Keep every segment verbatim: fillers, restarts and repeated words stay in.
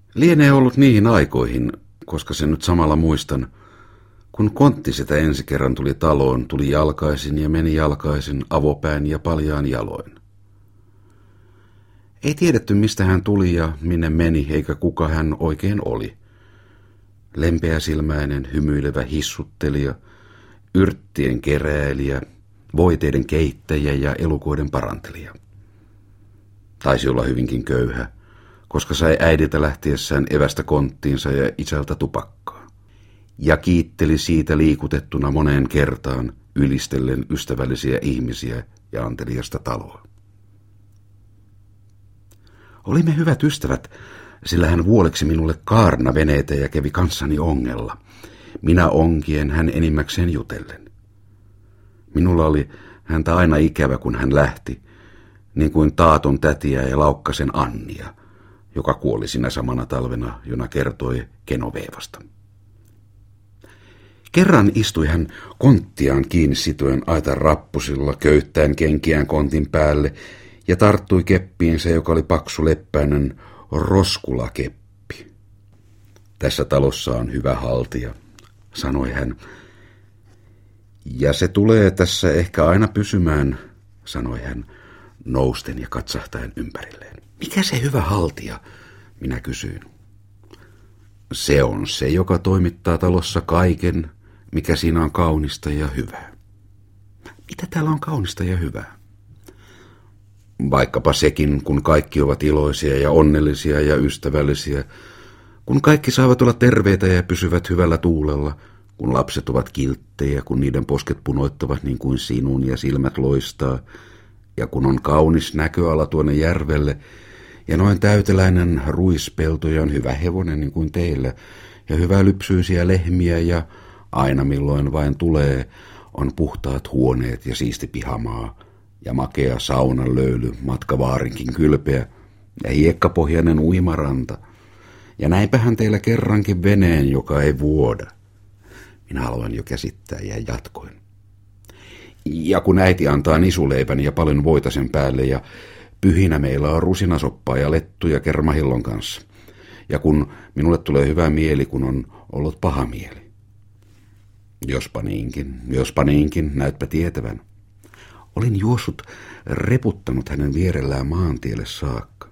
Lienee ollut niihin aikoihin, koska sen nyt samalla muistan, kun Kontti sitä ensi kerran tuli taloon, tuli jalkaisin ja meni jalkaisin, avopään ja paljaan jaloin. Ei tiedetty, mistä hän tuli ja minne meni, eikä kuka hän oikein oli. Lempeäsilmäinen, hymyilevä hissuttelija, yrttien keräilijä, voiteiden keittäjä ja elukoiden parantelija. Taisi olla hyvinkin köyhä, koska sai äidiltä lähtiessään evästä konttiinsa ja isältä tupakkaa. Ja kiitteli siitä liikutettuna moneen kertaan, ylistellen ystävällisiä ihmisiä ja anteliasta taloa. Olimme hyvät ystävät, sillä hän vuoleksi minulle kaarnaveneitä ja kävi kanssani ongella. Minä onkien, hän enimmäkseen jutellen. Minulla oli häntä aina ikävä, kun hän lähti, niin kuin Taaton tätiä ja Laukkasen Annia, joka kuoli sinä samana talvena, jona kertoi Genoveevasta. Kerran istui hän konttiaan kiinni sitoen aitan rappusilla, köyttäen kenkiään kontin päälle, ja tarttui keppiinsä, joka oli paksu leppäinen roskulakeppi. Tässä talossa on hyvä haltija, sanoi hän. Ja se tulee tässä ehkä aina pysymään, sanoi hän, nousten ja katsahtaen ympärilleen. Mikä se hyvä haltija, minä kysyin. Se on se, joka toimittaa talossa kaiken, mikä siinä on kaunista ja hyvää. Mitä täällä on kaunista ja hyvää? Vaikkapa sekin, kun kaikki ovat iloisia ja onnellisia ja ystävällisiä, kun kaikki saavat olla terveitä ja pysyvät hyvällä tuulella, kun lapset ovat kilttejä, kun niiden posket punoittavat niin kuin sinun ja silmät loistaa, ja kun on kaunis näköala tuonne järvelle, ja noin täyteläinen ruispelto ja on hyvä hevonen niin kuin teillä, ja hyvä lypsyisiä lehmiä, ja aina milloin vain tulee, on puhtaat huoneet ja siisti pihamaa, ja makea saunan löyly, matkavaarinkin kylpeä, ja hiekkapohjainen uimaranta. Ja näinpähän teillä kerrankin veneen, joka ei vuoda. Minä aloin jo käsittää ja jatkoin. Ja kun äiti antaa nisuleivän ja paljon voita sen päälle, ja pyhinä meillä on rusinasoppaa ja lettuja kermahillon kanssa. Ja kun minulle tulee hyvä mieli, kun on ollut paha mieli. Jospa niinkin, jospa niinkin, näytpä tietävän. Olin juossut reputtanut hänen vierellään maantielle saakka.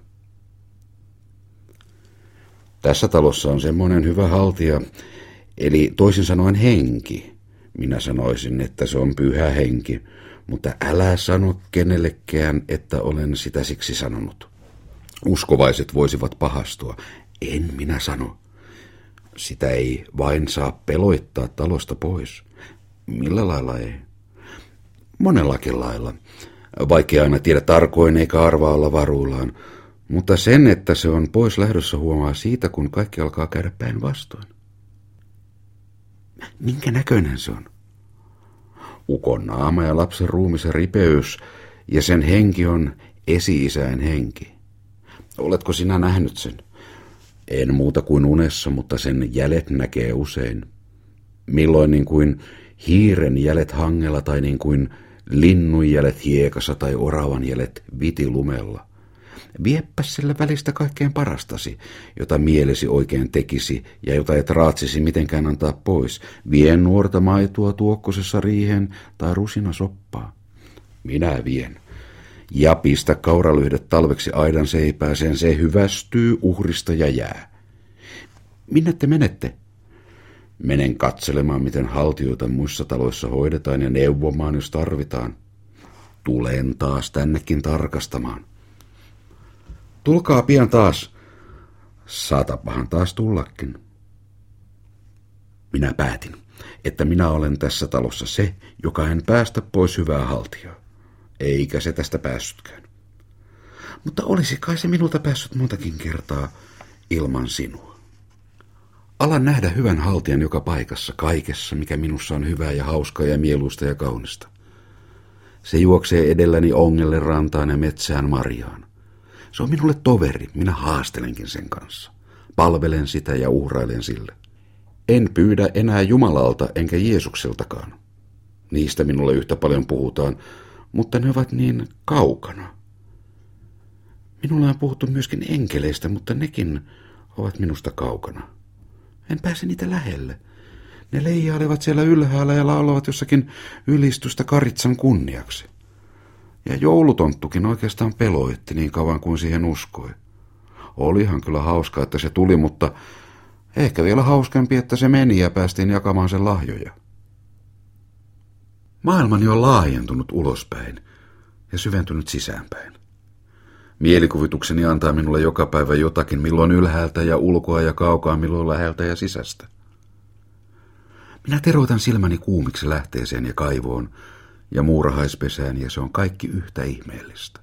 Tässä talossa on semmoinen hyvä haltija, eli toisin sanoen henki. Minä sanoisin, että se on pyhä henki, mutta älä sano kenellekään, että olen sitä siksi sanonut. Uskovaiset voisivat pahastua. En minä sano. Sitä ei vain saa peloittaa talosta pois. Millä lailla ei? Monellakin lailla. Vaikea aina tiedä tarkoin eikä arvaa olla varuillaan, mutta sen, että se on pois lähdössä huomaa siitä, kun kaikki alkaa käydä päinvastoin. Minkä näköinen se on? Ukon naama ja lapsen ruumisen ripeys, ja sen henki on esi-isäin henki. Oletko sinä nähnyt sen? En muuta kuin unessa, mutta sen jäljet näkee usein. Milloin niin kuin hiiren jäljet hangella tai niin kuin linnun jäljet hiekassa tai oravan jäljet vitilumella. Vieppäs sillä välistä kaikkein parastasi, jota mielesi oikein tekisi ja jota et raatsisi mitenkään antaa pois. Vie nuorta maitoa tuokkosessa riihen tai rusinasoppaa. Minä vien. Ja pistä kauralyhdet talveksi aidan seipääseen, se hyvästyy uhrista ja jää. Minne te menette? Menen katselemaan, miten haltioita muissa taloissa hoidetaan ja neuvomaan, jos tarvitaan. Tulen taas tännekin tarkastamaan. Tulkaa pian taas. Saatapahan taas tullakin. Minä päätin, että minä olen tässä talossa se, joka en päästä pois hyvää haltijaa. Eikä se tästä päässytkään. Mutta olisi kai se minulta päässyt montakin kertaa ilman sinua. Alan nähdä hyvän haltijan joka paikassa, kaikessa, mikä minussa on hyvää ja hauskaa ja mieluista ja kaunista. Se juoksee edelläni ongelle, rantaan ja metsään marjaan. Se on minulle toveri, minä haastelenkin sen kanssa. Palvelen sitä ja uhrailen sille. En pyydä enää Jumalalta enkä Jeesukseltakaan. Niistä minulle yhtä paljon puhutaan, mutta ne ovat niin kaukana. Minulle on puhuttu myöskin enkeleistä, mutta nekin ovat minusta kaukana. En pääse niitä lähelle. Ne leijailevat siellä ylhäällä ja laulavat jossakin ylistystä Karitsan kunniaksi. Ja joulutonttukin oikeastaan peloitti niin kauan kuin siihen uskoi. Olihan kyllä hauska, että se tuli, mutta ehkä vielä hauskempi, että se meni ja päästiin jakamaan sen lahjoja. Maailmani on laajentunut ulospäin ja syventynyt sisäänpäin. Mielikuvitukseni antaa minulle joka päivä jotakin, milloin ylhäältä ja ulkoa ja kaukaa, milloin läheltä ja sisästä. Minä teroitan silmäni kuumiksi lähteeseen ja kaivoon ja muurahaispesään, ja se on kaikki yhtä ihmeellistä.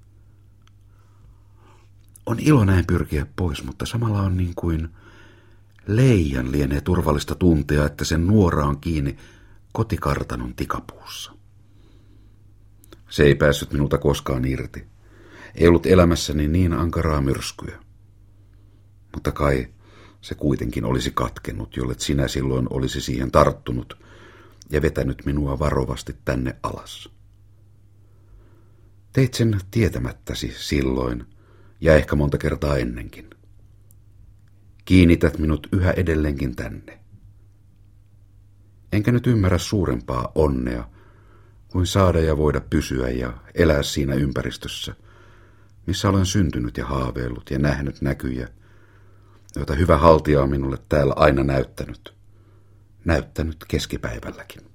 On ilo näin pyrkiä pois, mutta samalla on niin kuin leijan lienee turvallista tuntea, että sen nuora on kiinni kotikartanon tikapuussa. Se ei päässyt minulta koskaan irti. Ei ollut elämässäni niin ankaraa myrskyä. Mutta kai se kuitenkin olisi katkennut, jollet sinä silloin olisi siihen tarttunut ja vetänyt minua varovasti tänne alas. Teit sen tietämättäsi silloin ja ehkä monta kertaa ennenkin. Kiinnität minut yhä edelleenkin tänne. Enkä nyt ymmärrä suurempaa onnea kuin saada ja voida pysyä ja elää siinä ympäristössä, missä olen syntynyt ja haaveillut ja nähnyt näkyjä, joita hyvä haltija on minulle täällä aina näyttänyt, näyttänyt keskipäivälläkin.